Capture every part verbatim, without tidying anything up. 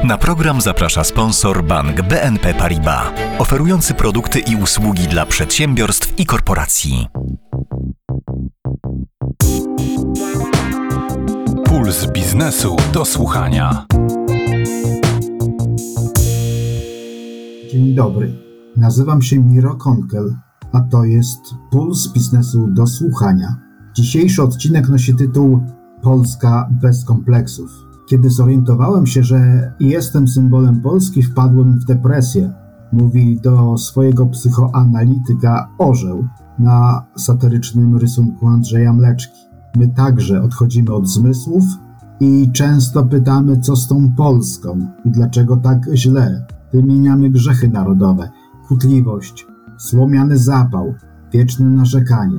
Na program zaprasza sponsor bank B N P Paribas, oferujący produkty i usługi dla przedsiębiorstw i korporacji. Puls biznesu do słuchania. Dzień dobry, nazywam się Miro Konkel, a to jest Puls biznesu do słuchania. Dzisiejszy odcinek nosi tytuł Polska bez kompleksów. Kiedy zorientowałem się, że jestem symbolem Polski, wpadłem w depresję, mówi do swojego psychoanalityka Orzeł na satyrycznym rysunku Andrzeja Mleczki. My także odchodzimy od zmysłów i często pytamy, co z tą Polską i dlaczego tak źle. Wymieniamy grzechy narodowe, chutliwość, słomiany zapał, wieczne narzekanie.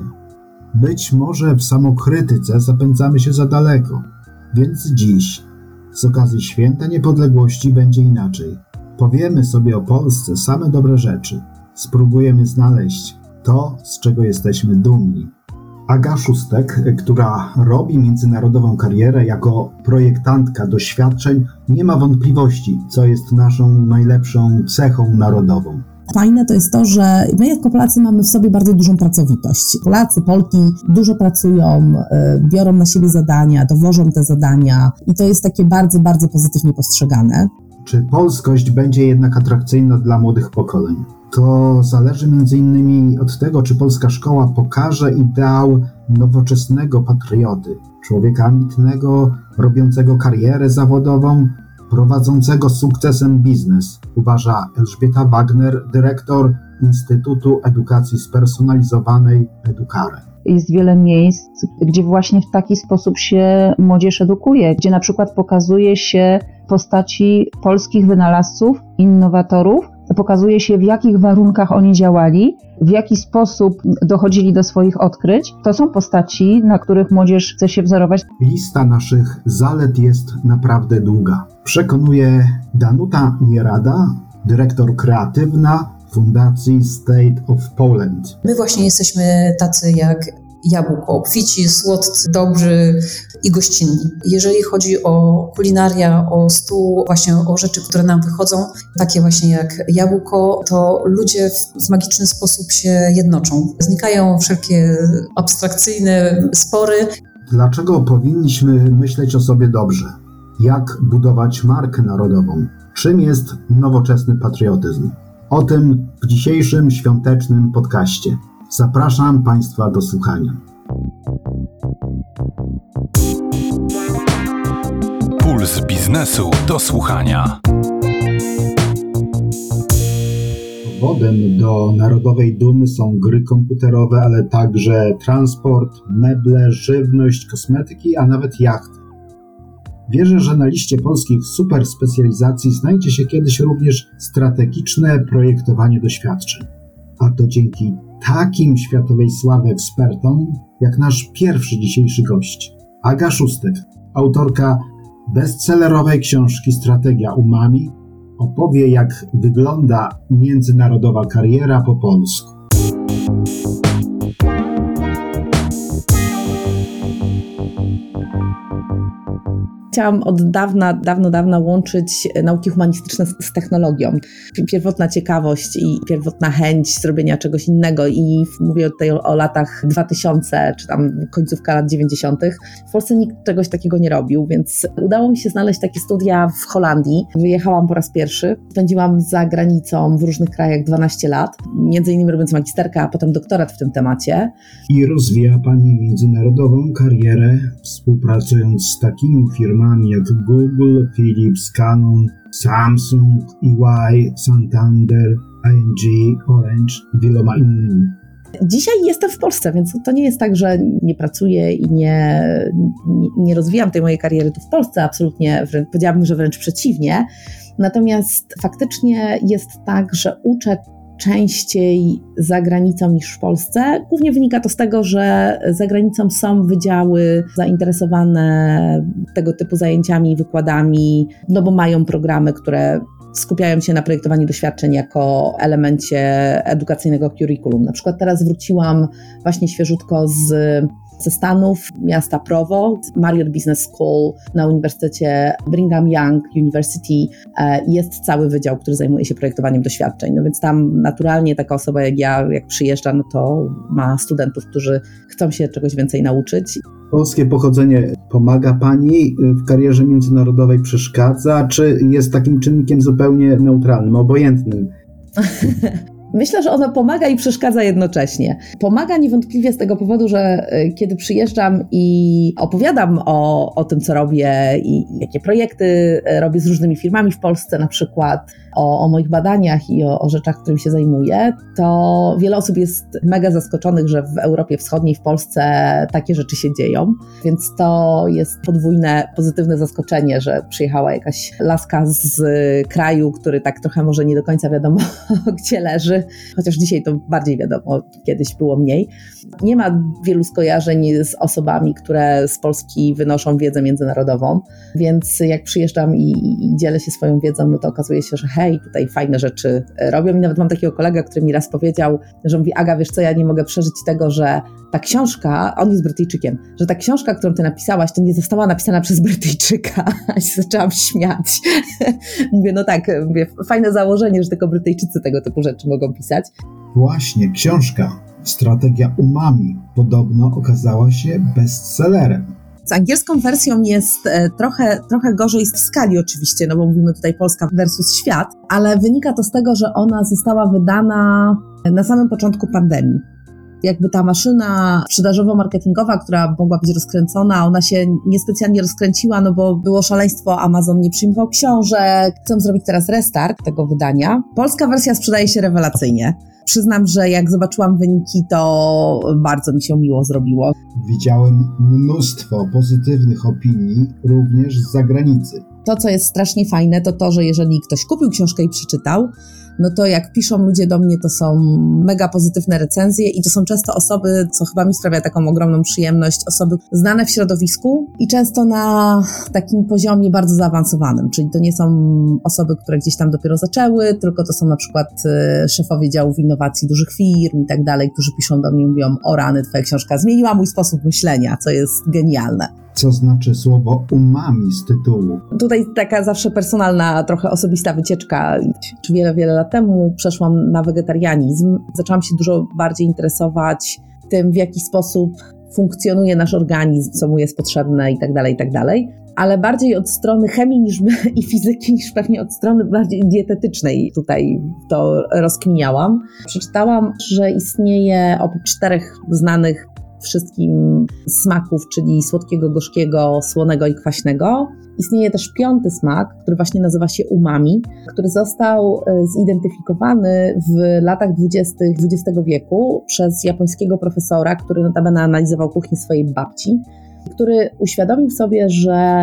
Być może w samokrytyce zapędzamy się za daleko, więc dziś, z okazji Święta Niepodległości, będzie inaczej. Powiemy sobie o Polsce same dobre rzeczy. Spróbujemy znaleźć to, z czego jesteśmy dumni. Aga Szóstek, która robi międzynarodową karierę jako projektantka doświadczeń, nie ma wątpliwości, co jest naszą najlepszą cechą narodową. Fajne to jest to, że my jako Polacy mamy w sobie bardzo dużą pracowitość. Polacy, Polki dużo pracują, biorą na siebie zadania, dowożą te zadania i to jest takie bardzo, bardzo pozytywnie postrzegane. Czy polskość będzie jednak atrakcyjna dla młodych pokoleń? To zależy między innymi od tego, czy polska szkoła pokaże ideał nowoczesnego patrioty, człowieka ambitnego, robiącego karierę zawodową, prowadzącego sukcesem biznes, uważa Elżbieta Wagner, dyrektor Instytutu Edukacji Spersonalizowanej Educare. Jest wiele miejsc, gdzie właśnie w taki sposób się młodzież edukuje, gdzie na przykład pokazuje się postaci polskich wynalazców, innowatorów, pokazuje się, w jakich warunkach oni działali, w jaki sposób dochodzili do swoich odkryć. To są postaci, na których młodzież chce się wzorować. Lista naszych zalet jest naprawdę długa. Przekonuje Danuta Nierada, dyrektor kreatywna Fundacji State of Poland. My właśnie jesteśmy tacy jak jabłko, obfici, słodcy, dobrzy i gościnni. Jeżeli chodzi o kulinaria, o stół, właśnie o rzeczy, które nam wychodzą, takie właśnie jak jabłko, to ludzie w, w magiczny sposób się jednoczą. Znikają wszelkie abstrakcyjne spory. Dlaczego powinniśmy myśleć o sobie dobrze? Jak budować markę narodową? Czym jest nowoczesny patriotyzm? O tym w dzisiejszym świątecznym podcaście. Zapraszam Państwa do słuchania. Puls biznesu do słuchania. Powodem do narodowej dumy są gry komputerowe, ale także transport, meble, żywność, kosmetyki, a nawet jachty. Wierzę, że na liście polskich superspecjalizacji znajdzie się kiedyś również strategiczne projektowanie doświadczeń. A to dzięki takim światowej sławy ekspertom, jak nasz pierwszy dzisiejszy gość, Aga Szóstek, autorka bestsellerowej książki Strategia Umami, opowie, jak wygląda międzynarodowa kariera po polsku. Chciałam od dawna, dawno, dawno łączyć nauki humanistyczne z, z technologią. Pierwotna ciekawość i pierwotna chęć zrobienia czegoś innego i mówię tutaj o, o latach dwa tysiące, czy tam końcówka lat dziewięćdziesiątych. W Polsce nikt czegoś takiego nie robił, więc udało mi się znaleźć takie studia w Holandii. Wyjechałam po raz pierwszy. Spędziłam za granicą w różnych krajach dwanaście lat, między innymi robiąc magisterkę, a potem doktorat w tym temacie. I rozwija Pani międzynarodową karierę, współpracując z takimi firmami jak Google, Philips, Canon, Samsung, E Y, Santander, I N G, Orange i wieloma innymi. Dzisiaj jestem w Polsce, więc to nie jest tak, że nie pracuję i nie, nie, nie rozwijam tej mojej kariery tu w Polsce, absolutnie, wręcz, powiedziałabym, że wręcz przeciwnie. Natomiast faktycznie jest tak, że uczę częściej za granicą niż w Polsce. Głównie wynika to z tego, że za granicą są wydziały zainteresowane tego typu zajęciami i wykładami, no bo mają programy, które skupiają się na projektowaniu doświadczeń jako elemencie edukacyjnego curriculum. Na przykład teraz wróciłam właśnie świeżutko z ze Stanów, miasta Provo, Marriott Business School na Uniwersytecie Brigham Young University jest cały wydział, który zajmuje się projektowaniem doświadczeń. No więc tam naturalnie taka osoba jak ja, jak przyjeżdża, no to ma studentów, którzy chcą się czegoś więcej nauczyć. Polskie pochodzenie pomaga Pani w karierze międzynarodowej, przeszkadza, czy jest takim czynnikiem zupełnie neutralnym, obojętnym? Myślę, że ono pomaga i przeszkadza jednocześnie. Pomaga niewątpliwie z tego powodu, że kiedy przyjeżdżam i opowiadam o, o tym, co robię i jakie projekty robię z różnymi firmami w Polsce na przykład, o, o moich badaniach i o, o rzeczach, którymi się zajmuję, to wiele osób jest mega zaskoczonych, że w Europie Wschodniej, w Polsce takie rzeczy się dzieją. Więc to jest podwójne pozytywne zaskoczenie, że przyjechała jakaś laska z kraju, który tak trochę może nie do końca wiadomo, gdzie leży. Chociaż dzisiaj to bardziej wiadomo, kiedyś było mniej. Nie ma wielu skojarzeń z osobami, które z Polski wynoszą wiedzę międzynarodową, więc jak przyjeżdżam i, i dzielę się swoją wiedzą, no to okazuje się, że hej, tutaj fajne rzeczy robią i nawet mam takiego kolegę, który mi raz powiedział, że mówi: Aga, wiesz co, ja nie mogę przeżyć tego, że ta książka, on jest Brytyjczykiem, że ta książka, którą ty napisałaś, to nie została napisana przez Brytyjczyka. A się zaczęłam śmiać. Mówię, no tak, mówię, fajne założenie, że tylko Brytyjczycy tego typu rzeczy mogą pisać. Właśnie, książka Strategia umami podobno okazała się bestsellerem. Z angielską wersją jest e, trochę, trochę gorzej w skali oczywiście, no bo mówimy tutaj Polska versus świat, ale wynika to z tego, że ona została wydana na samym początku pandemii. Jakby ta maszyna sprzedażowo-marketingowa, która mogła być rozkręcona, ona się niespecjalnie rozkręciła, no bo było szaleństwo, Amazon nie przyjmował książek. Chcę zrobić teraz restart tego wydania. Polska wersja sprzedaje się rewelacyjnie. Przyznam, że jak zobaczyłam wyniki, to bardzo mi się miło zrobiło. Widziałem mnóstwo pozytywnych opinii, również z zagranicy. To, co jest strasznie fajne, to to, że jeżeli ktoś kupił książkę i przeczytał, no to jak piszą ludzie do mnie, to są mega pozytywne recenzje i to są często osoby, co chyba mi sprawia taką ogromną przyjemność, osoby znane w środowisku i często na takim poziomie bardzo zaawansowanym, czyli to nie są osoby, które gdzieś tam dopiero zaczęły, tylko to są na przykład szefowie działów innowacji dużych firm i tak dalej, którzy piszą do mnie i mówią: o rany, twoja książka zmieniła mój sposób myślenia, co jest genialne. Co znaczy słowo umami z tytułu? Tutaj taka zawsze personalna, trochę osobista wycieczka. Wiele, wiele lat temu przeszłam na wegetarianizm. Zaczęłam się dużo bardziej interesować tym, w jaki sposób funkcjonuje nasz organizm, co mu jest potrzebne i tak dalej, i tak dalej. Ale bardziej od strony chemii niż, i fizyki, niż pewnie od strony bardziej dietetycznej tutaj to rozkminiałam. Przeczytałam, że istnieje oprócz czterech znanych wszystkim smaków, czyli słodkiego, gorzkiego, słonego i kwaśnego. Istnieje też piąty smak, który właśnie nazywa się umami, który został zidentyfikowany w latach dwudziestych dwudziestego wieku przez japońskiego profesora, który notabene analizował kuchnię swojej babci, który uświadomił sobie, że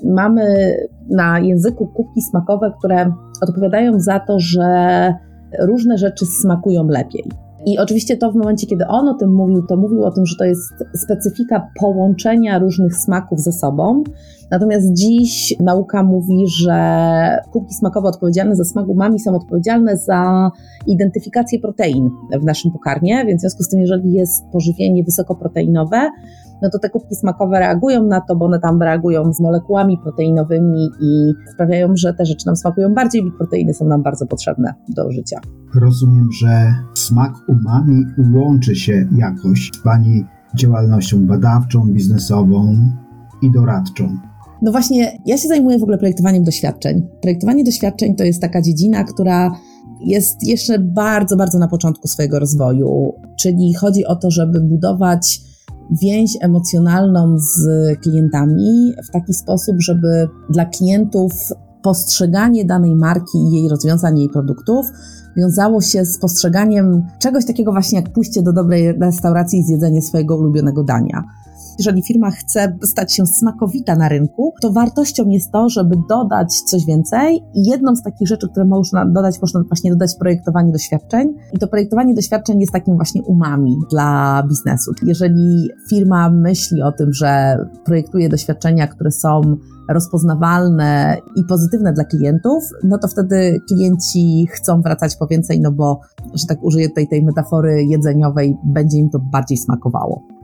mamy na języku kubki smakowe, które odpowiadają za to, że różne rzeczy smakują lepiej. I oczywiście to w momencie, kiedy on o tym mówił, to mówił o tym, że to jest specyfika połączenia różnych smaków ze sobą. Natomiast dziś nauka mówi, że kubki smakowe odpowiedzialne za smak umami są odpowiedzialne za identyfikację protein w naszym pokarmie, więc w związku z tym, jeżeli jest pożywienie wysokoproteinowe, no to te kubki smakowe reagują na to, bo one tam reagują z molekułami proteinowymi i sprawiają, że te rzeczy nam smakują bardziej i proteiny są nam bardzo potrzebne do życia. Rozumiem, że smak umami łączy się jakoś z Pani działalnością badawczą, biznesową i doradczą. No właśnie, ja się zajmuję w ogóle projektowaniem doświadczeń. Projektowanie doświadczeń to jest taka dziedzina, która jest jeszcze bardzo, bardzo na początku swojego rozwoju, czyli chodzi o to, żeby budować więź emocjonalną z klientami w taki sposób, żeby dla klientów postrzeganie danej marki i jej rozwiązań, jej produktów wiązało się z postrzeganiem czegoś takiego właśnie jak pójście do dobrej restauracji i zjedzenie swojego ulubionego dania. Jeżeli firma chce stać się smakowita na rynku, to wartością jest to, żeby dodać coś więcej i jedną z takich rzeczy, które można dodać, można właśnie dodać projektowanie doświadczeń i to projektowanie doświadczeń jest takim właśnie umami dla biznesu. Jeżeli firma myśli o tym, że projektuje doświadczenia, które są rozpoznawalne i pozytywne dla klientów, no to wtedy klienci chcą wracać po więcej, no bo, że tak użyję tutaj tej metafory jedzeniowej, będzie im to bardziej smakowało.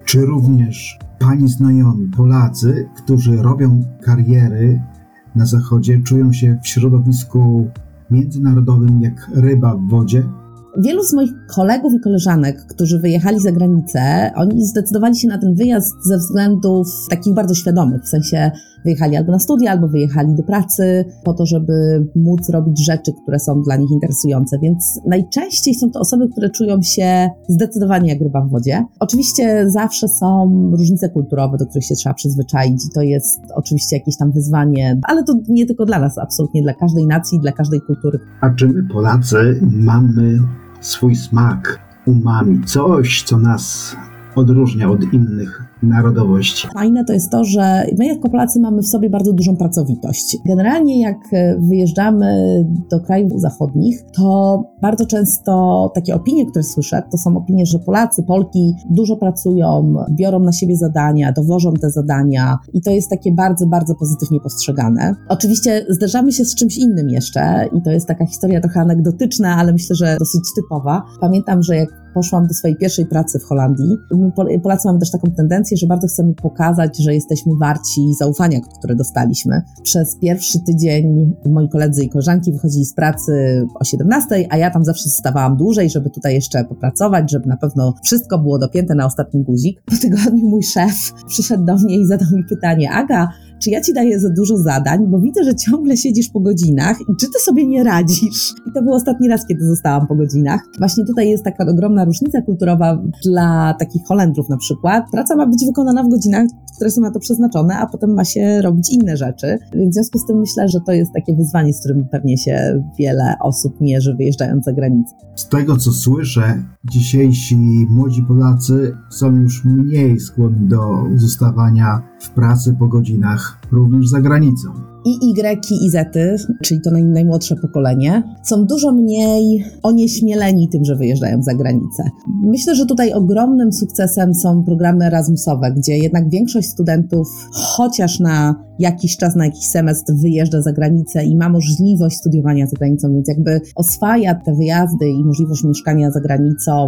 Czy również Pani znajomi Polacy, którzy robią kariery na Zachodzie, czują się w środowisku międzynarodowym jak ryba w wodzie? Wielu z moich kolegów i koleżanek, którzy wyjechali za granicę, oni zdecydowali się na ten wyjazd ze względów takich bardzo świadomych, w sensie wyjechali albo na studia, albo wyjechali do pracy po to, żeby móc robić rzeczy, które są dla nich interesujące, więc najczęściej są to osoby, które czują się zdecydowanie jak ryba w wodzie. Oczywiście zawsze są różnice kulturowe, do których się trzeba przyzwyczaić i to jest oczywiście jakieś tam wyzwanie, ale to nie tylko dla nas, absolutnie dla każdej nacji, dla każdej kultury. A czy my Polacy mamy swój smak, umami, coś, co nas odróżnia od innych narodowości? Fajne to jest to, że my jako Polacy mamy w sobie bardzo dużą pracowitość. Generalnie jak wyjeżdżamy do krajów zachodnich, to bardzo często takie opinie, które słyszę, to są opinie, że Polacy, Polki dużo pracują, biorą na siebie zadania, dowożą te zadania i to jest takie bardzo, bardzo pozytywnie postrzegane. Oczywiście zderzamy się z czymś innym jeszcze i to jest taka historia trochę anegdotyczna, ale myślę, że dosyć typowa. Pamiętam, że jak poszłam do swojej pierwszej pracy w Holandii, my Polacy mamy też taką tendencję, że bardzo chcemy pokazać, że jesteśmy warci zaufania, które dostaliśmy. Przez pierwszy tydzień moi koledzy i koleżanki wychodzili z pracy o siedemnastej, a ja tam zawsze zostawałam dłużej, żeby tutaj jeszcze popracować, żeby na pewno wszystko było dopięte na ostatni guzik. Po tygodniu mój szef przyszedł do mnie i zadał mi pytanie: Aga, czy ja ci daję za dużo zadań, bo widzę, że ciągle siedzisz po godzinach i czy ty sobie nie radzisz? I to był ostatni raz, kiedy zostałam po godzinach. Właśnie tutaj jest taka ogromna różnica kulturowa dla takich Holendrów na przykład. Praca ma być wykonana w godzinach, które są na to przeznaczone, a potem ma się robić inne rzeczy. Więc w związku z tym myślę, że to jest takie wyzwanie, z którym pewnie się wiele osób mierzy, wyjeżdżając za granicę. Z tego, co słyszę, dzisiejsi młodzi Polacy są już mniej skłonni do zostawania w pracy po godzinach, również za granicą. I Y i Z, czyli to naj, najmłodsze pokolenie, są dużo mniej onieśmieleni tym, że wyjeżdżają za granicę. Myślę, że tutaj ogromnym sukcesem są programy Erasmusowe, gdzie jednak większość studentów chociaż na jakiś czas, na jakiś semestr wyjeżdża za granicę i ma możliwość studiowania za granicą, więc jakby oswaja te wyjazdy i możliwość mieszkania za granicą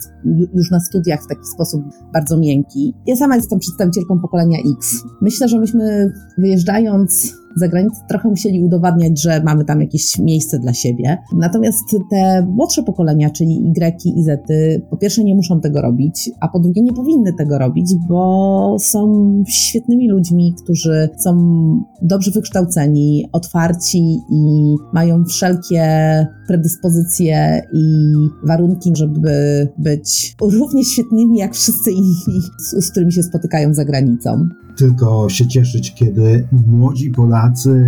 już na studiach w taki sposób bardzo miękki. Ja sama jestem przedstawicielką pokolenia X. Myślę, że myśmy wyjeżdżając za granicę trochę musieli udowadniać, że mamy tam jakieś miejsce dla siebie. Natomiast te młodsze pokolenia, czyli Y i Z, po pierwsze nie muszą tego robić, a po drugie nie powinny tego robić, bo są świetnymi ludźmi, którzy są dobrze wykształceni, otwarci i mają wszelkie predyspozycje i warunki, żeby być równie świetnymi jak wszyscy inni, z, z którymi się spotykają za granicą. Tylko się cieszyć, kiedy młodzi Polacy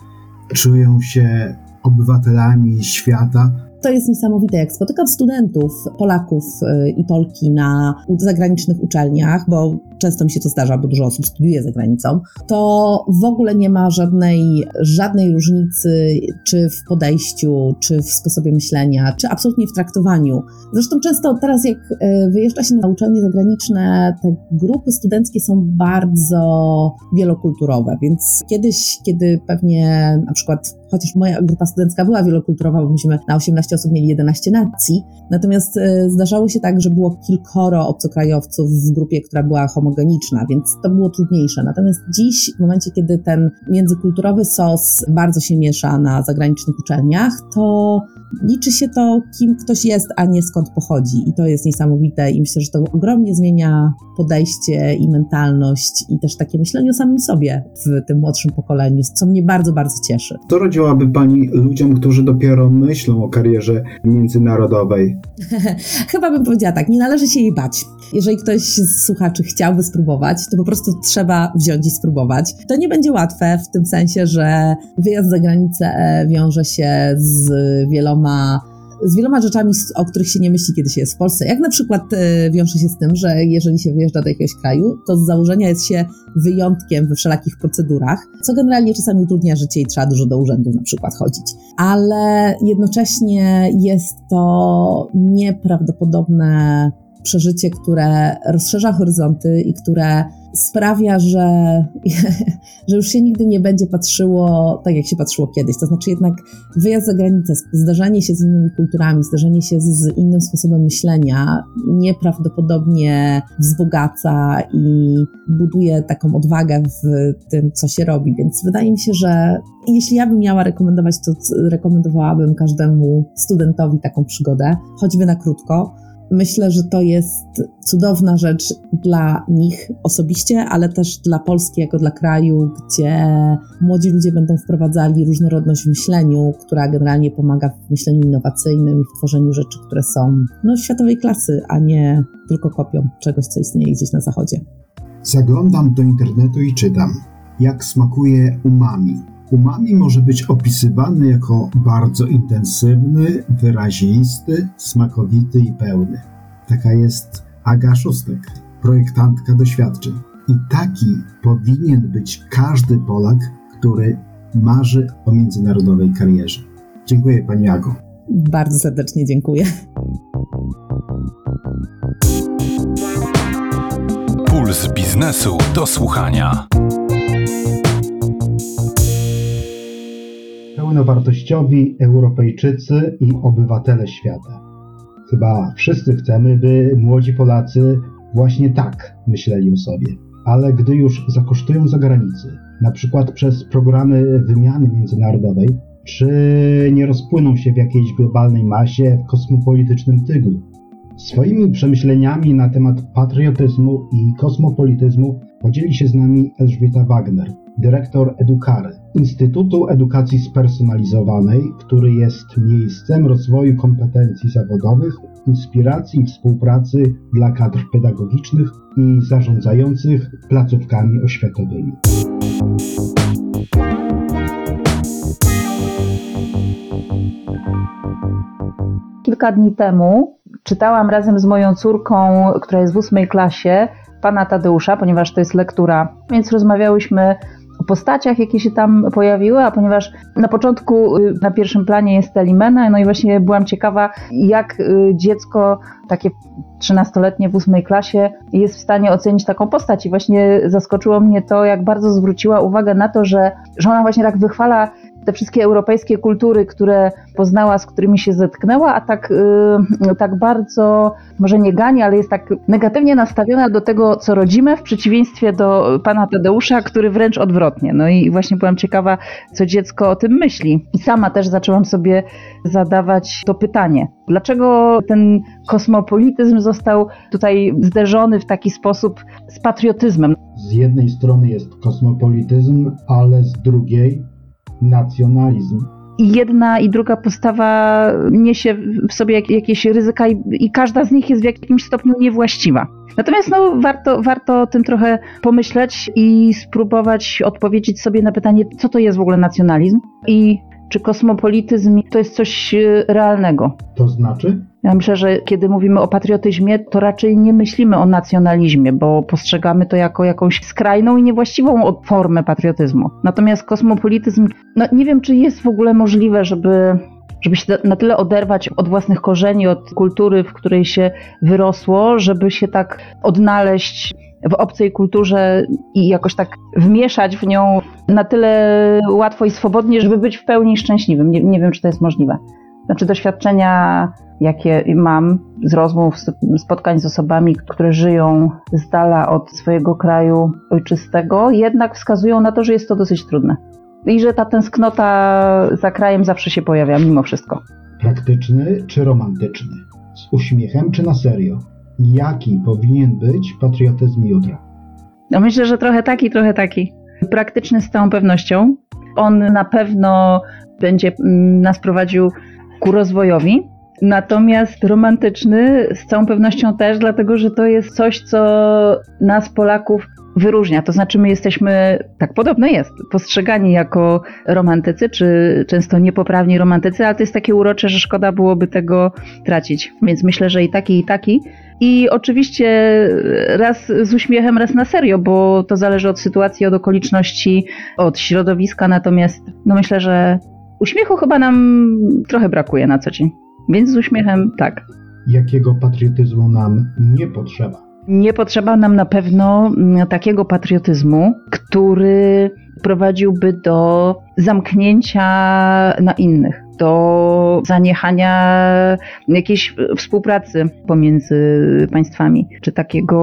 czują się obywatelami świata. To jest niesamowite. Jak spotykam studentów, Polaków i Polki na zagranicznych uczelniach, bo często mi się to zdarza, bo dużo osób studiuje za granicą, to w ogóle nie ma żadnej, żadnej różnicy czy w podejściu, czy w sposobie myślenia, czy absolutnie w traktowaniu. Zresztą często teraz, jak wyjeżdża się na uczelnie zagraniczne, te grupy studenckie są bardzo wielokulturowe, więc kiedyś, kiedy pewnie na przykład, chociaż moja grupa studencka była wielokulturowa, bo myśmy na osiemnaście osób mieli jedenaście nacji, natomiast y, zdarzało się tak, że było kilkoro obcokrajowców w grupie, która była homogeniczna, więc to było trudniejsze. Natomiast dziś, w momencie, kiedy ten międzykulturowy sos bardzo się miesza na zagranicznych uczelniach, to liczy się to, kim ktoś jest, a nie skąd pochodzi. I to jest niesamowite i myślę, że to ogromnie zmienia podejście i mentalność i też takie myślenie o samym sobie w tym młodszym pokoleniu, co mnie bardzo, bardzo cieszy. Co radziłaby Pani ludziom, którzy dopiero myślą o karierze międzynarodowej? Chyba bym powiedziała tak, nie należy się jej bać. Jeżeli ktoś z słuchaczy chciałby spróbować, to po prostu trzeba wziąć i spróbować. To nie będzie łatwe w tym sensie, że wyjazd za granicę wiąże się z wieloma z wieloma rzeczami, o których się nie myśli, kiedy się jest w Polsce. Jak na przykład y, wiąże się z tym, że jeżeli się wyjeżdża do jakiegoś kraju, to z założenia jest się wyjątkiem we wszelakich procedurach, co generalnie czasami utrudnia życie i trzeba dużo do urzędów na przykład chodzić. Ale jednocześnie jest to nieprawdopodobne przeżycie, które rozszerza horyzonty i które sprawia, że, że już się nigdy nie będzie patrzyło tak, jak się patrzyło kiedyś. To znaczy jednak wyjazd za granicę, zdarzenie się z innymi kulturami, zdarzenie się z innym sposobem myślenia nieprawdopodobnie wzbogaca i buduje taką odwagę w tym, co się robi. Więc wydaje mi się, że jeśli ja bym miała rekomendować, to rekomendowałabym każdemu studentowi taką przygodę, choćby na krótko. Myślę, że to jest cudowna rzecz dla nich osobiście, ale też dla Polski jako dla kraju, gdzie młodzi ludzie będą wprowadzali różnorodność w myśleniu, która generalnie pomaga w myśleniu innowacyjnym i w tworzeniu rzeczy, które są no, światowej klasy, a nie tylko kopią czegoś, co istnieje gdzieś na zachodzie. Zaglądam do internetu i czytam, jak smakuje umami. Umami może być opisywany jako bardzo intensywny, wyrazisty, smakowity i pełny. Taka jest Aga Szóstek, projektantka doświadczeń. I taki powinien być każdy Polak, który marzy o międzynarodowej karierze. Dziękuję Pani Ago. Bardzo serdecznie dziękuję. Puls biznesu do słuchania. Pełnowartościowi Europejczycy i obywatele świata. Chyba wszyscy chcemy, by młodzi Polacy właśnie tak myśleli o sobie. Ale gdy już zakosztują za granicę, na przykład przez programy wymiany międzynarodowej, czy nie rozpłyną się w jakiejś globalnej masie w kosmopolitycznym tyglu? Swoimi przemyśleniami na temat patriotyzmu i kosmopolityzmu podzieli się z nami Elżbieta Wagner, dyrektor Edukary, Instytutu Edukacji Spersonalizowanej, który jest miejscem rozwoju kompetencji zawodowych, inspiracji i współpracy dla kadr pedagogicznych i zarządzających placówkami oświatowymi. Kilka dni temu czytałam razem z moją córką, która jest w ósmej klasie, pana Tadeusza, ponieważ to jest lektura, więc rozmawiałyśmy o postaciach, jakie się tam pojawiły, a ponieważ na początku na pierwszym planie jest Telimena, no i właśnie byłam ciekawa, jak dziecko takie trzynastoletnie w ósmej klasie jest w stanie ocenić taką postać i właśnie zaskoczyło mnie to, jak bardzo zwróciła uwagę na to, że, że ona właśnie tak wychwala te wszystkie europejskie kultury, które poznała, z którymi się zetknęła, a tak, yy, tak bardzo, może nie gani, ale jest tak negatywnie nastawiona do tego, co rodzime, w przeciwieństwie do pana Tadeusza, który wręcz odwrotnie. No i właśnie byłam ciekawa, co dziecko o tym myśli. I sama też zaczęłam sobie zadawać to pytanie. Dlaczego ten kosmopolityzm został tutaj zderzony w taki sposób z patriotyzmem? Z jednej strony jest kosmopolityzm, ale z drugiej nacjonalizm. I jedna i druga postawa niesie w sobie jakieś ryzyka i, i każda z nich jest w jakimś stopniu niewłaściwa. Natomiast no, warto, warto o tym trochę pomyśleć i spróbować odpowiedzieć sobie na pytanie, co to jest w ogóle nacjonalizm i czy kosmopolityzm to jest coś realnego. To znaczy? Ja myślę, że kiedy mówimy o patriotyzmie, to raczej nie myślimy o nacjonalizmie, bo postrzegamy to jako jakąś skrajną i niewłaściwą formę patriotyzmu. Natomiast kosmopolityzm, no nie wiem, czy jest w ogóle możliwe, żeby, żeby się na tyle oderwać od własnych korzeni, od kultury, w której się wyrosło, żeby się tak odnaleźć w obcej kulturze i jakoś tak wmieszać w nią na tyle łatwo i swobodnie, żeby być w pełni szczęśliwym. Nie, nie wiem, czy to jest możliwe. Znaczy doświadczenia, jakie mam z rozmów, spotkań z osobami, które żyją z dala od swojego kraju ojczystego, jednak wskazują na to, że jest to dosyć trudne. I że ta tęsknota za krajem zawsze się pojawia, mimo wszystko. Praktyczny czy romantyczny? Z uśmiechem czy na serio? Jaki powinien być patriotyzm jutra? No myślę, że trochę taki, trochę taki. Praktyczny z całą pewnością. On na pewno będzie nas prowadził ku rozwojowi. Natomiast romantyczny z całą pewnością też, dlatego że to jest coś, co nas Polaków wyróżnia. To znaczy my jesteśmy, tak podobno jest, postrzegani jako romantycy, czy często niepoprawni romantycy, ale to jest takie urocze, że szkoda byłoby tego tracić. Więc myślę, że i taki, i taki. I oczywiście raz z uśmiechem, raz na serio, bo to zależy od sytuacji, od okoliczności, od środowiska. Natomiast no myślę, że uśmiechu chyba nam trochę brakuje na co dzień. Więc z uśmiechem tak. Jakiego patriotyzmu nam nie potrzeba? Nie potrzeba nam na pewno takiego patriotyzmu, który prowadziłby do zamknięcia na innych, do zaniechania jakiejś współpracy pomiędzy państwami, czy takiego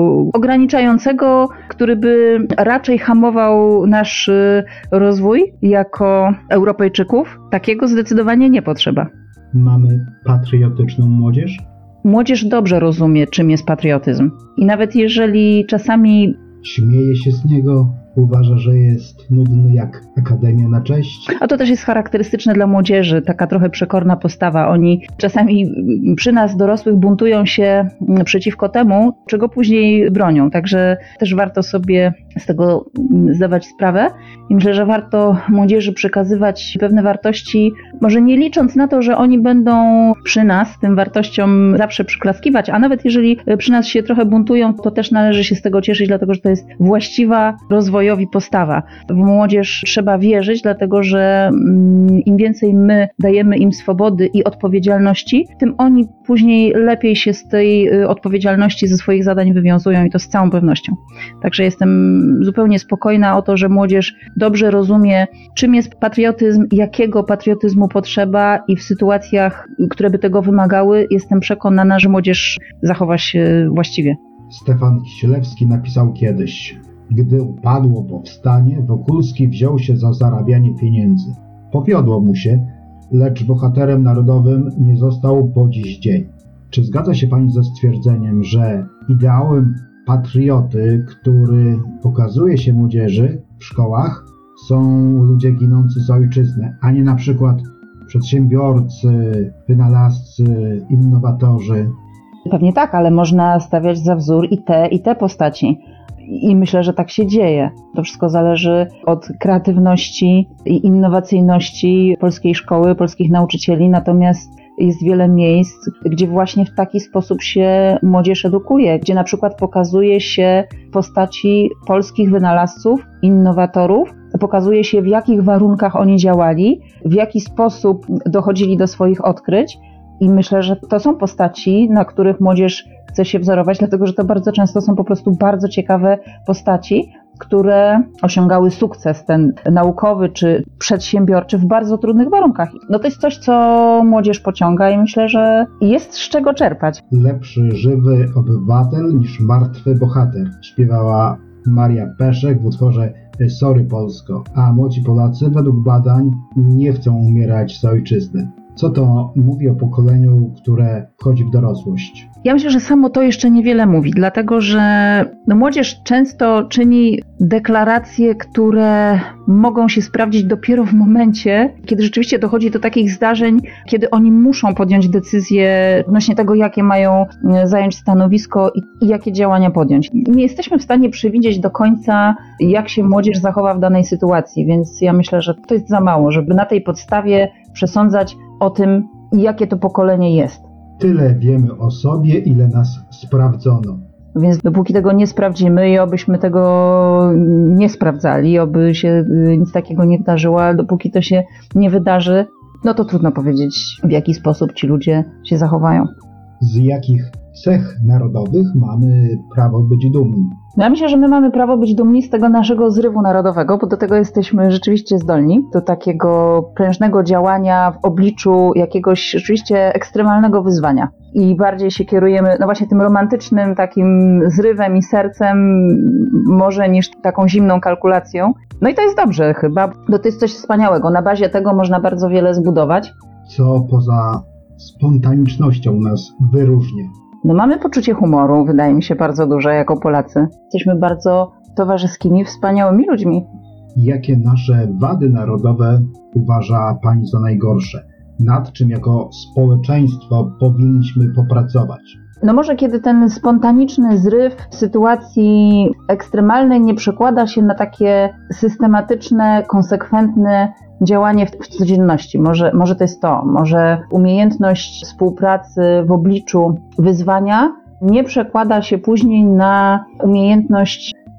ograniczającego, który by raczej hamował nasz rozwój jako Europejczyków. Takiego zdecydowanie nie potrzeba. Mamy patriotyczną młodzież? Młodzież dobrze rozumie, czym jest patriotyzm. I nawet jeżeli czasami Śmieje się z niego, uważa, że jest nudny jak Akademia na cześć. A to też jest charakterystyczne dla młodzieży, taka trochę przekorna postawa. Oni czasami przy nas dorosłych buntują się przeciwko temu, czego później bronią. Także też warto sobie z tego zdawać sprawę. I myślę, że warto młodzieży przekazywać pewne wartości, może nie licząc na to, że oni będą przy nas tym wartościom zawsze przyklaskiwać, a nawet jeżeli przy nas się trochę buntują, to też należy się z tego cieszyć, dlatego że to jest właściwa rozwojowi postawa. W młodzież trzeba wierzyć, dlatego że im więcej my dajemy im swobody i odpowiedzialności, tym oni później lepiej się z tej odpowiedzialności, ze swoich zadań wywiązują i to z całą pewnością. Także jestem zupełnie spokojna o to, że młodzież dobrze rozumie, czym jest patriotyzm, jakiego patriotyzmu potrzeba i w sytuacjach, które by tego wymagały, jestem przekonana, że młodzież zachowa się właściwie. Stefan Kisielewski napisał kiedyś: gdy upadło powstanie, Wokulski wziął się za zarabianie pieniędzy. Powiodło mu się, lecz bohaterem narodowym nie został po dziś dzień. Czy zgadza się pani ze stwierdzeniem, że ideałem patrioty, który pokazuje się młodzieży w szkołach, są ludzie ginący za ojczyznę, a nie na przykład przedsiębiorcy, wynalazcy, innowatorzy? Pewnie tak, ale można stawiać za wzór i te, i te postaci. I myślę, że tak się dzieje. To wszystko zależy od kreatywności i innowacyjności polskiej szkoły, polskich nauczycieli, natomiast jest wiele miejsc, gdzie właśnie w taki sposób się młodzież edukuje, gdzie na przykład pokazuje się postaci polskich wynalazców, innowatorów, pokazuje się, w jakich warunkach oni działali, w jaki sposób dochodzili do swoich odkryć. I myślę, że to są postaci, na których młodzież chce się wzorować, dlatego że to bardzo często są po prostu bardzo ciekawe postaci, które osiągały sukces ten naukowy czy przedsiębiorczy w bardzo trudnych warunkach. No to jest coś, co młodzież pociąga i myślę, że jest z czego czerpać. Lepszy żywy obywatel niż martwy bohater, śpiewała Maria Peszek w utworze Sorry Polsko, a młodzi Polacy według badań nie chcą umierać za ojczyznę. Co to mówi o pokoleniu, które wchodzi w dorosłość? Ja myślę, że samo to jeszcze niewiele mówi, dlatego że no, młodzież często czyni deklaracje, które mogą się sprawdzić dopiero w momencie, kiedy rzeczywiście dochodzi do takich zdarzeń, kiedy oni muszą podjąć decyzję odnośnie tego, jakie mają zająć stanowisko i, i jakie działania podjąć. Nie jesteśmy w stanie przewidzieć do końca, jak się młodzież zachowa w danej sytuacji, więc ja myślę, że to jest za mało, żeby na tej podstawie przesądzać o tym, jakie to pokolenie jest. Tyle wiemy o sobie, ile nas sprawdzono. Więc dopóki tego nie sprawdzimy i obyśmy tego nie sprawdzali, oby się nic takiego nie wydarzyło, ale dopóki to się nie wydarzy, no to trudno powiedzieć, w jaki sposób ci ludzie się zachowają. Z jakich cech narodowych mamy prawo być dumni? No ja myślę, że my mamy prawo być dumni z tego naszego zrywu narodowego, bo do tego jesteśmy rzeczywiście zdolni, do takiego prężnego działania w obliczu jakiegoś rzeczywiście ekstremalnego wyzwania. I bardziej się kierujemy, no właśnie tym romantycznym takim zrywem i sercem, może niż taką zimną kalkulacją. No i to jest dobrze chyba, bo to jest coś wspaniałego. Na bazie tego można bardzo wiele zbudować. Co poza spontanicznością nas wyróżnia? No mamy poczucie humoru, wydaje mi się, bardzo duże jako Polacy. Jesteśmy bardzo towarzyskimi, wspaniałymi ludźmi. Jakie nasze wady narodowe uważa pani za najgorsze? Nad czym jako społeczeństwo powinniśmy popracować? No może kiedy ten spontaniczny zryw w sytuacji ekstremalnej nie przekłada się na takie systematyczne, konsekwentne działanie w, w codzienności. Może, może to jest to, może umiejętność współpracy w obliczu wyzwania nie przekłada się później na umiejętność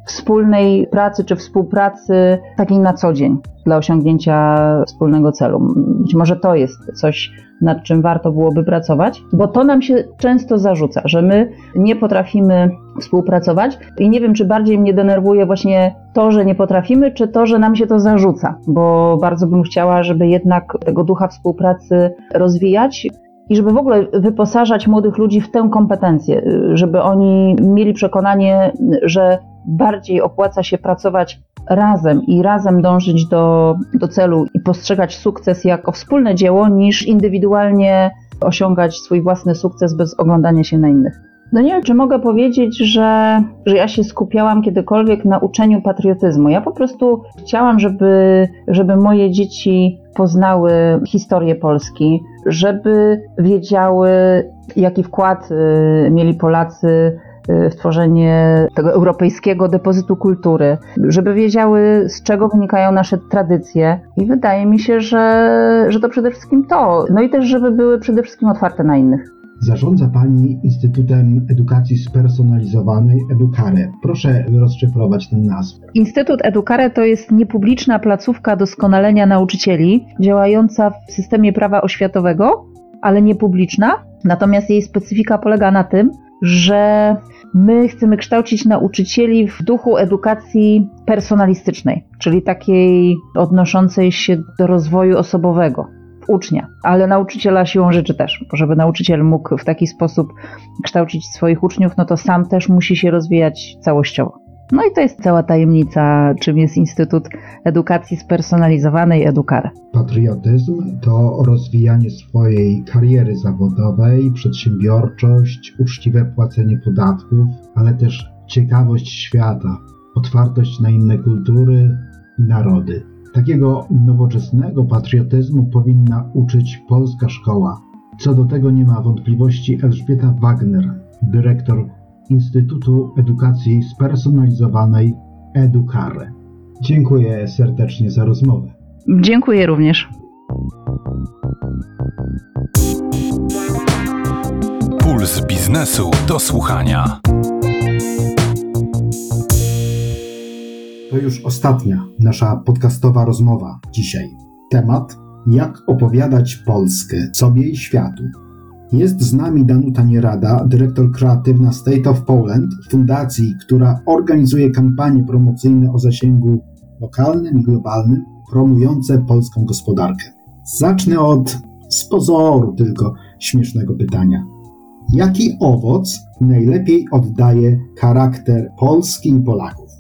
wspólnej pracy czy współpracy takiej na co dzień dla osiągnięcia wspólnego celu. Być może to jest coś, nad czym warto byłoby pracować, bo to nam się często zarzuca, że my nie potrafimy współpracować i nie wiem, czy bardziej mnie denerwuje właśnie to, że nie potrafimy, czy to, że nam się to zarzuca, bo bardzo bym chciała, żeby jednak tego ducha współpracy rozwijać i żeby w ogóle wyposażać młodych ludzi w tę kompetencję, żeby oni mieli przekonanie, że bardziej opłaca się pracować razem i razem dążyć do, do celu i postrzegać sukces jako wspólne dzieło, niż indywidualnie osiągać swój własny sukces bez oglądania się na innych. No nie wiem, czy mogę powiedzieć, że, że ja się skupiałam kiedykolwiek na uczeniu patriotyzmu. Ja po prostu chciałam, żeby, żeby moje dzieci poznały historię Polski, żeby wiedziały, jaki wkład mieli Polacy w tworzenie tego europejskiego depozytu kultury, żeby wiedziały, z czego wynikają nasze tradycje i wydaje mi się, że, że to przede wszystkim to. No i też, żeby były przede wszystkim otwarte na innych. Zarządza Pani Instytutem Edukacji Spersonalizowanej EduCare. Proszę rozszyfrować tę nazwę. Instytut EduCare to jest niepubliczna placówka doskonalenia nauczycieli działająca w systemie prawa oświatowego, ale niepubliczna. Natomiast jej specyfika polega na tym, że my chcemy kształcić nauczycieli w duchu edukacji personalistycznej, czyli takiej odnoszącej się do rozwoju osobowego ucznia, ale nauczyciela siłą rzeczy też, bo żeby nauczyciel mógł w taki sposób kształcić swoich uczniów, no to sam też musi się rozwijać całościowo. No i to jest cała tajemnica, czym jest Instytut Edukacji Spersonalizowanej EduCare. Patriotyzm to rozwijanie swojej kariery zawodowej, przedsiębiorczość, uczciwe płacenie podatków, ale też ciekawość świata, otwartość na inne kultury i narody. Takiego nowoczesnego patriotyzmu powinna uczyć polska szkoła. Co do tego nie ma wątpliwości Elżbieta Wagner, dyrektor Instytutu Edukacji Spersonalizowanej EduCare. Dziękuję serdecznie za rozmowę. Dziękuję również. Puls biznesu do słuchania. To już ostatnia nasza podcastowa rozmowa dzisiaj. Temat: jak opowiadać Polskę sobie i światu. Jest z nami Danuta Nierada, dyrektor kreatywna State of Poland, fundacji, która organizuje kampanie promocyjne o zasięgu lokalnym i globalnym, promujące polską gospodarkę. Zacznę od, z pozoru tylko, śmiesznego pytania. Jaki owoc najlepiej oddaje charakter Polski i Polaków?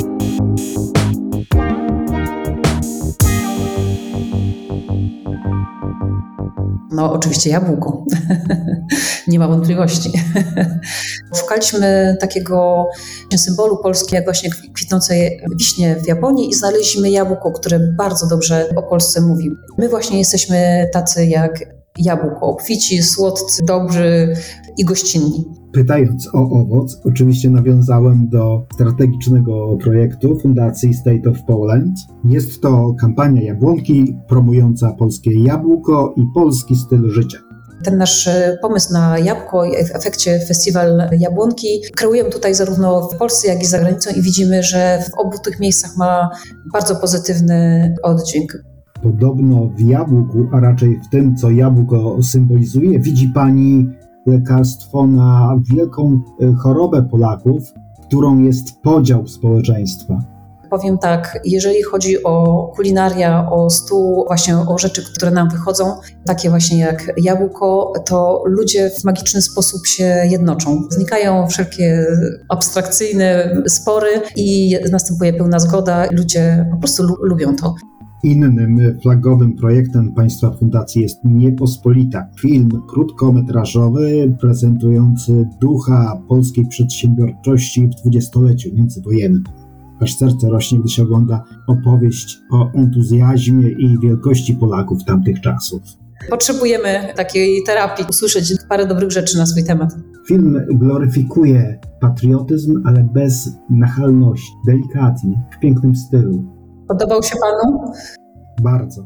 No oczywiście jabłko, nie ma wątpliwości. Szukaliśmy takiego symbolu Polski, jak właśnie kwitnące wiśnie w Japonii i znaleźliśmy jabłko, które bardzo dobrze o Polsce mówi. My właśnie jesteśmy tacy jak jabłko, obfici, słodcy, dobrzy i gościnni. Pytając o owoc, oczywiście nawiązałem do strategicznego projektu Fundacji State of Poland. Jest to kampania Jabłonki promująca polskie jabłko i polski styl życia. Ten nasz pomysł na jabłko i w efekcie festiwal Jabłonki kreujemy tutaj zarówno w Polsce, jak i za granicą i widzimy, że w obu tych miejscach ma bardzo pozytywny oddźwięk. Podobno w jabłku, a raczej w tym, co jabłko symbolizuje, widzi Pani lekarstwo na wielką chorobę Polaków, którą jest podział społeczeństwa. Powiem tak, jeżeli chodzi o kulinaria, o stół, właśnie o rzeczy, które nam wychodzą, takie właśnie jak jabłko, to ludzie w magiczny sposób się jednoczą. Znikają wszelkie abstrakcyjne spory i następuje pełna zgoda. Ludzie po prostu lu- lubią to. Innym flagowym projektem Państwa Fundacji jest Niepospolita. Film krótkometrażowy prezentujący ducha polskiej przedsiębiorczości w dwudziestoleciu międzywojennym. Aż serce rośnie, gdy się ogląda opowieść o entuzjazmie i wielkości Polaków tamtych czasów. Potrzebujemy takiej terapii, usłyszeć parę dobrych rzeczy na swój temat. Film gloryfikuje patriotyzm, ale bez nachalności, delikatnie, w pięknym stylu. Podobał się Panu? Bardzo.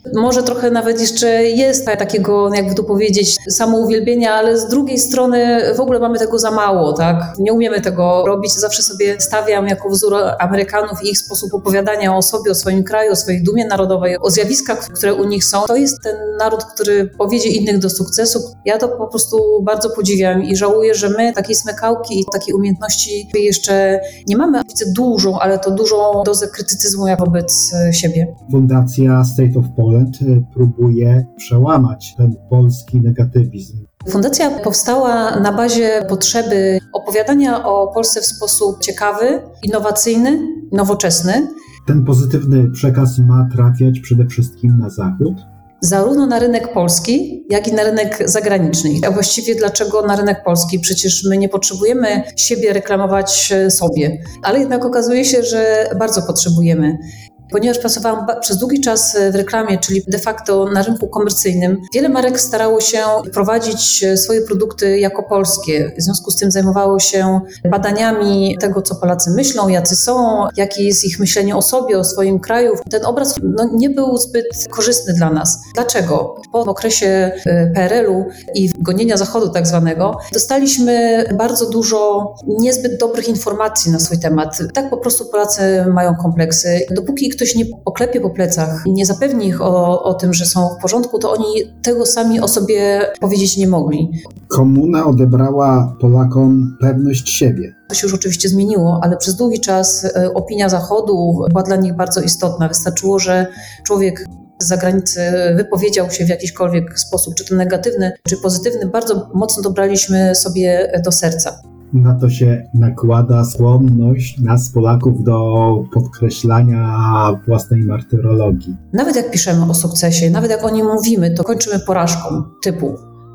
Może trochę nawet jeszcze jest takiego, jakby to powiedzieć, samouwielbienia, ale z drugiej strony w ogóle mamy tego za mało, tak? Nie umiemy tego robić. Zawsze sobie stawiam jako wzór Amerykanów i ich sposób opowiadania o sobie, o swoim kraju, o swojej dumie narodowej, o zjawiskach, które u nich są. To jest ten naród, który powiedzie innych do sukcesu. Ja to po prostu bardzo podziwiam i żałuję, że my takiej smykałki i takiej umiejętności jeszcze nie mamy. Widzę dużą, ale to dużą dozę krytycyzmu jak wobec siebie. Fundacja State of Poland próbuje przełamać ten polski negatywizm. Fundacja powstała na bazie potrzeby opowiadania o Polsce w sposób ciekawy, innowacyjny, nowoczesny. Ten pozytywny przekaz ma trafiać przede wszystkim na Zachód. Zarówno na rynek polski, jak i na rynek zagraniczny. A właściwie dlaczego na rynek polski? Przecież my nie potrzebujemy siebie reklamować sobie, ale jednak okazuje się, że bardzo potrzebujemy. Ponieważ pracowałam przez długi czas w reklamie, czyli de facto na rynku komercyjnym, wiele marek starało się prowadzić swoje produkty jako polskie. W związku z tym zajmowało się badaniami tego, co Polacy myślą, jacy są, jakie jest ich myślenie o sobie, o swoim kraju. Ten obraz no, nie był zbyt korzystny dla nas. Dlaczego? Po okresie P R L u i gonienia Zachodu tak zwanego, dostaliśmy bardzo dużo niezbyt dobrych informacji na swój temat. Tak po prostu Polacy mają kompleksy. Dopóki ktoś nie poklepie po plecach i nie zapewni ich o, o tym, że są w porządku, to oni tego sami o sobie powiedzieć nie mogli. Komuna odebrała Polakom pewność siebie. To się już oczywiście zmieniło, ale przez długi czas opinia Zachodu była dla nich bardzo istotna. Wystarczyło, że człowiek z zagranicy wypowiedział się w jakikolwiek sposób, czy to negatywny, czy pozytywny. Bardzo mocno dobraliśmy sobie do serca. Na to się nakłada skłonność nas, Polaków, do podkreślania własnej martyrologii. Nawet jak piszemy o sukcesie, nawet jak o nim mówimy, to kończymy porażką typu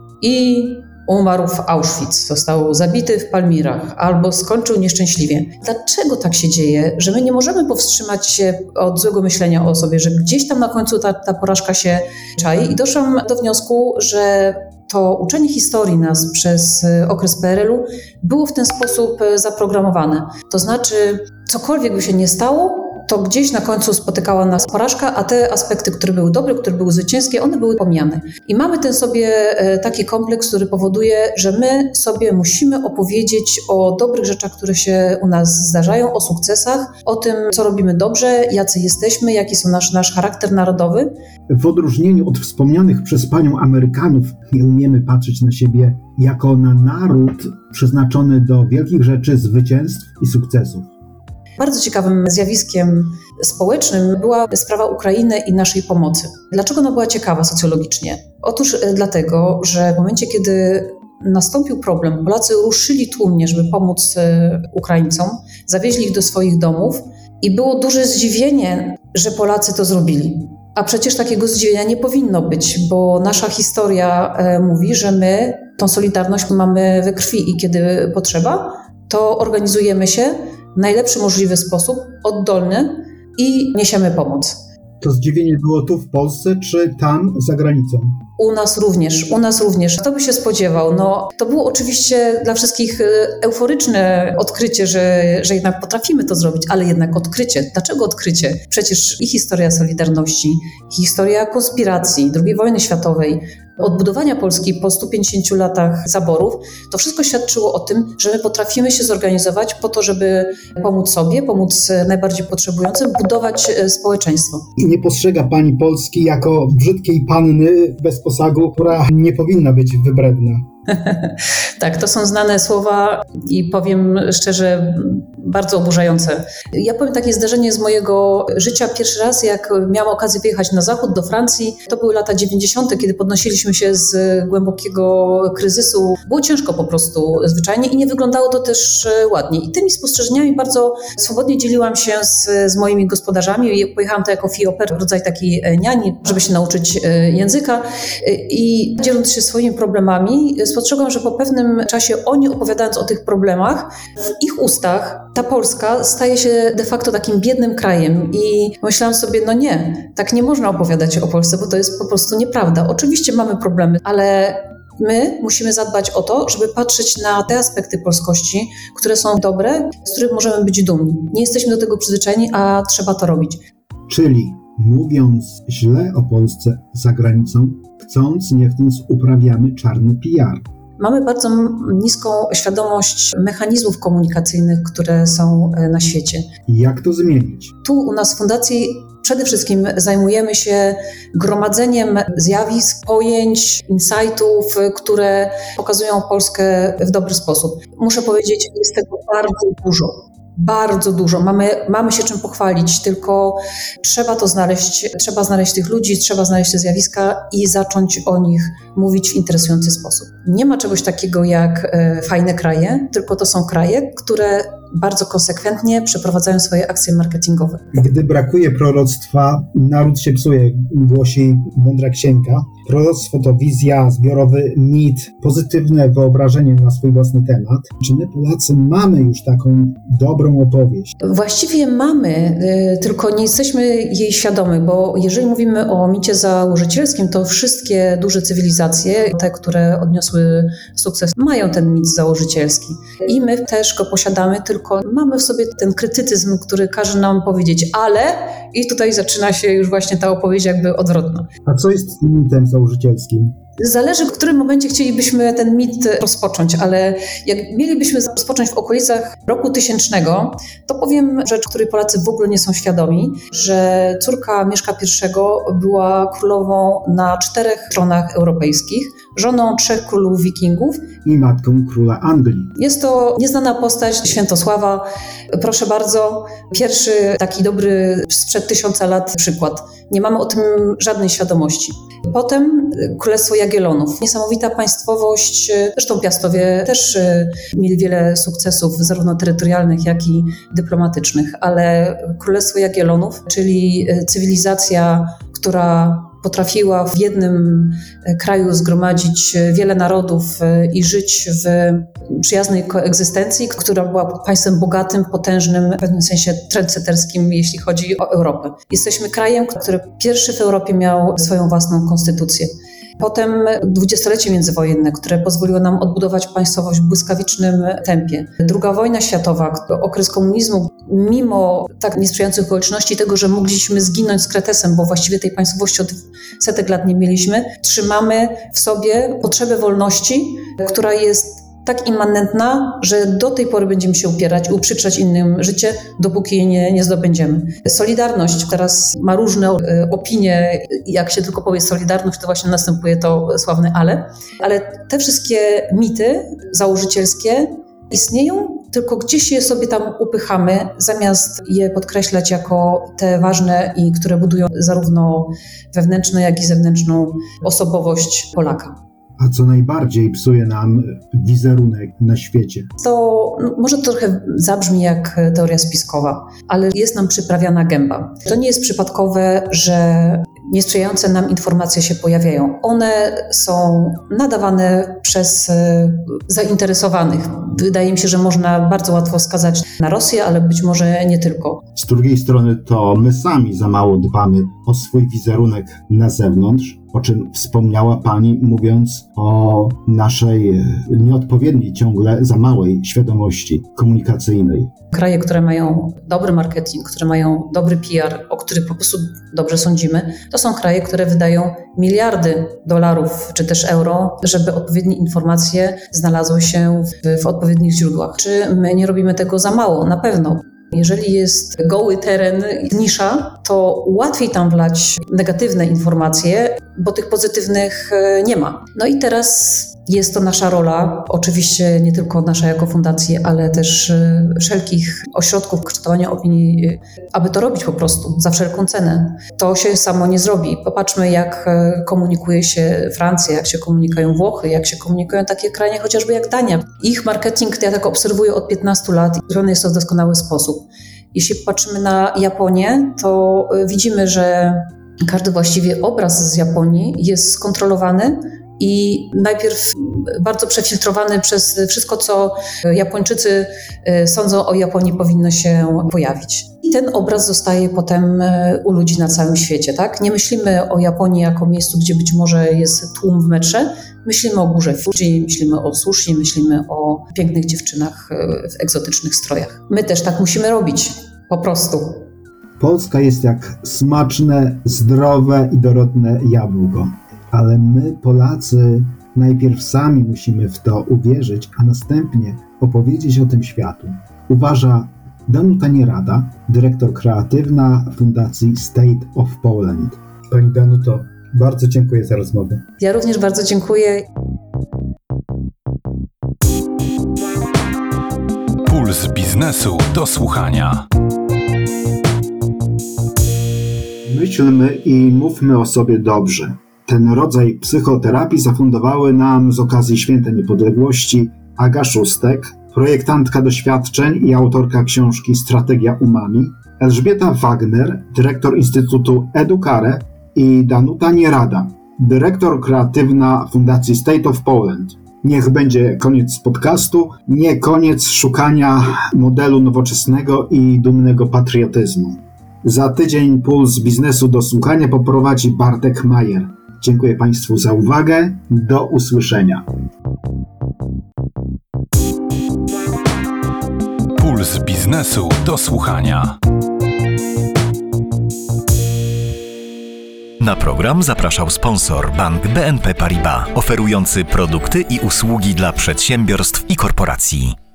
i umarł w Auschwitz, został zabity w Palmirach albo skończył nieszczęśliwie. Dlaczego tak się dzieje, że my nie możemy powstrzymać się od złego myślenia o sobie, że gdzieś tam na końcu ta, ta porażka się czai? I doszłam do wniosku, że to uczenie historii nas przez okres P R L u było w ten sposób zaprogramowane. To znaczy, cokolwiek by się nie stało, to gdzieś na końcu spotykała nas porażka, a te aspekty, które były dobre, które były zwycięskie, one były pomijane. I mamy ten sobie taki kompleks, który powoduje, że my sobie musimy opowiedzieć o dobrych rzeczach, które się u nas zdarzają, o sukcesach, o tym, co robimy dobrze, jacy jesteśmy, jaki jest nasz, nasz charakter narodowy. W odróżnieniu od wspomnianych przez panią Amerykanów, nie umiemy patrzeć na siebie jako na naród przeznaczony do wielkich rzeczy, zwycięstw i sukcesów. Bardzo ciekawym zjawiskiem społecznym była sprawa Ukrainy i naszej pomocy. Dlaczego ona była ciekawa socjologicznie? Otóż dlatego, że w momencie, kiedy nastąpił problem, Polacy ruszyli tłumnie, żeby pomóc Ukraińcom, zawieźli ich do swoich domów i było duże zdziwienie, że Polacy to zrobili. A przecież takiego zdziwienia nie powinno być, bo nasza historia mówi, że my tą solidarność mamy we krwi i kiedy potrzeba, to organizujemy się w najlepszy możliwy sposób, oddolny i niesiemy pomoc. To zdziwienie było tu w Polsce, czy tam za granicą? U nas również, u nas również. Kto by się spodziewał? No, to było oczywiście dla wszystkich euforyczne odkrycie, że, że jednak potrafimy to zrobić, ale jednak odkrycie. Dlaczego odkrycie? Przecież i historia Solidarności, historia konspiracji, drugiej wojny światowej, odbudowania Polski po stu pięćdziesięciu latach zaborów, to wszystko świadczyło o tym, że my potrafimy się zorganizować po to, żeby pomóc sobie, pomóc najbardziej potrzebującym, budować społeczeństwo. I nie postrzega pani Polski jako brzydkiej panny bez posagu, która nie powinna być wybredna. Tak, to są znane słowa i powiem szczerze, bardzo oburzające. Ja powiem takie zdarzenie z mojego życia. Pierwszy raz, jak miałam okazję wyjechać na zachód, do Francji, to były lata dziewięćdziesiąte, kiedy podnosiliśmy się z głębokiego kryzysu. Było ciężko po prostu zwyczajnie i nie wyglądało to też ładnie. I tymi spostrzeżeniami bardzo swobodnie dzieliłam się z, z moimi gospodarzami. Pojechałam to jako fioper, rodzaj takiej niani, żeby się nauczyć języka. I dzieląc się swoimi problemami, spostrzegłam, że po pewnym czasie oni, opowiadając o tych problemach, w ich ustach ta Polska staje się de facto takim biednym krajem i myślałam sobie, no nie, tak nie można opowiadać o Polsce, bo to jest po prostu nieprawda. Oczywiście mamy problemy, ale my musimy zadbać o to, żeby patrzeć na te aspekty polskości, które są dobre, z których możemy być dumni. Nie jesteśmy do tego przyzwyczajeni, a trzeba to robić. Czyli Mówiąc źle o Polsce za granicą, chcąc nie chcąc uprawiamy czarny P R. Mamy bardzo niską świadomość mechanizmów komunikacyjnych, które są na świecie. Jak to zmienić? Tu u nas w Fundacji przede wszystkim zajmujemy się gromadzeniem zjawisk, pojęć, insightów, które pokazują Polskę w dobry sposób. Muszę powiedzieć, jest tego bardzo dużo. Bardzo dużo. Mamy, mamy się czym pochwalić, tylko trzeba to znaleźć, trzeba znaleźć tych ludzi, trzeba znaleźć te zjawiska i zacząć o nich mówić w interesujący sposób. Nie ma czegoś takiego jak e, fajne kraje, tylko to są kraje, które bardzo konsekwentnie przeprowadzają swoje akcje marketingowe. Gdy brakuje proroctwa, naród się psuje, głosi mądra księga. Proroctwo to wizja, zbiorowy mit, pozytywne wyobrażenie na swój własny temat. Czy my Polacy mamy już taką dobrą opowieść? Właściwie mamy, tylko nie jesteśmy jej świadomi, bo jeżeli mówimy o micie założycielskim, to wszystkie duże cywilizacje, te, które odniosły sukces, mają ten mit założycielski. I my też go posiadamy, tylko mamy w sobie ten krytycyzm, który każe nam powiedzieć ale i tutaj zaczyna się już właśnie ta opowieść jakby odwrotna. A co jest mitem założycielskim? Zależy, w którym momencie chcielibyśmy ten mit rozpocząć, ale jak mielibyśmy rozpocząć w okolicach roku tysięcznego, to powiem rzecz, której Polacy w ogóle nie są świadomi, że córka Mieszka pierwszego była królową na czterech tronach europejskich, żoną trzech królów wikingów I matką króla Anglii. Jest to nieznana postać Świętosława. Proszę bardzo, pierwszy taki dobry sprzed tysiąca lat przykład. Nie mamy o tym żadnej świadomości. Potem Królestwo Jagiellonów. Niesamowita państwowość, zresztą Piastowie też mieli wiele sukcesów, zarówno terytorialnych, jak i dyplomatycznych, ale Królestwo Jagiellonów, czyli cywilizacja, która potrafiła w jednym kraju zgromadzić wiele narodów i żyć w przyjaznej koegzystencji, która była państwem bogatym, potężnym, w pewnym sensie trendsetterskim, jeśli chodzi o Europę. Jesteśmy krajem, który pierwszy w Europie miał swoją własną konstytucję. Potem dwudziestolecie międzywojenne, które pozwoliło nam odbudować państwowość w błyskawicznym tempie. Druga wojna światowa, okres komunizmu, mimo tak niesprzyjających okoliczności tego, że mogliśmy zginąć z kretesem, bo właściwie tej państwowości od setek lat nie mieliśmy, trzymamy w sobie potrzebę wolności, która jest tak immanentna, że do tej pory będziemy się upierać, uprzykrzać innym życie, dopóki jej nie, nie zdobędziemy. Solidarność teraz ma różne opinie, jak się tylko powie Solidarność, to właśnie następuje to sławne ale, ale te wszystkie mity założycielskie istnieją, tylko gdzieś je sobie tam upychamy, zamiast je podkreślać jako te ważne i które budują zarówno wewnętrzną, jak i zewnętrzną osobowość Polaka. A co najbardziej psuje nam wizerunek na świecie? To no, może to trochę zabrzmi jak teoria spiskowa, ale jest nam przyprawiana gęba. To nie jest przypadkowe, że niesprzyjające nam informacje się pojawiają. One są nadawane przez zainteresowanych. Wydaje mi się, że można bardzo łatwo wskazać na Rosję, ale być może nie tylko. Z drugiej strony to my sami za mało dbamy o swój wizerunek na zewnątrz, o czym wspomniała Pani, mówiąc o naszej nieodpowiedniej, ciągle za małej świadomości komunikacyjnej. Kraje, które mają dobry marketing, które mają dobry P R, o których po prostu dobrze sądzimy, to są kraje, które wydają miliardy dolarów czy też euro, żeby odpowiednie informacje znalazły się w, w odpowiednich źródłach. Czy my nie robimy tego za mało? Na pewno. Jeżeli jest goły teren, nisza, to łatwiej tam wlać negatywne informacje, bo tych pozytywnych nie ma. No i teraz jest to nasza rola, oczywiście nie tylko nasza jako fundacji, ale też wszelkich ośrodków kształtowania opinii, aby to robić po prostu za wszelką cenę. To się samo nie zrobi. Popatrzmy, jak komunikuje się Francja, jak się komunikują Włochy, jak się komunikują takie kraje chociażby jak Dania. Ich marketing, ja tak obserwuję od piętnastu lat i zrobiony jest to w doskonały sposób. Jeśli popatrzymy na Japonię, to widzimy, że każdy właściwie obraz z Japonii jest skontrolowany i najpierw bardzo przefiltrowany przez wszystko, co Japończycy sądzą o Japonii powinno się pojawić. I ten obraz zostaje potem u ludzi na całym świecie, tak? Nie myślimy o Japonii jako miejscu, gdzie być może jest tłum w metrze. Myślimy o górze Fuji, myślimy o sushi, myślimy o pięknych dziewczynach w egzotycznych strojach. My też tak musimy robić, po prostu. Polska jest jak smaczne, zdrowe i dorodne jabłko. Ale my, Polacy, najpierw sami musimy w to uwierzyć, a następnie opowiedzieć o tym światu. Uważa Danuta Nierada, dyrektor kreatywna Fundacji State of Poland. Pani Danuto, bardzo dziękuję za rozmowę. Ja również bardzo dziękuję. Puls biznesu do słuchania. Myślmy i mówmy o sobie dobrze. Ten rodzaj psychoterapii zafundowały nam z okazji Święta Niepodległości Aga Szóstek, projektantka doświadczeń i autorka książki Strategia Umami, Elżbieta Wagner, dyrektor Instytutu Educare i Danuta Nierada, dyrektor kreatywna Fundacji State of Poland. Niech będzie koniec podcastu, nie koniec szukania modelu nowoczesnego i dumnego patriotyzmu. Za tydzień Puls Biznesu do słuchania poprowadzi Bartek Majer. Dziękuję Państwu za uwagę. Do usłyszenia. Puls biznesu do słuchania. Na program zapraszał sponsor Bank B N P Paribas, oferujący produkty i usługi dla przedsiębiorstw i korporacji.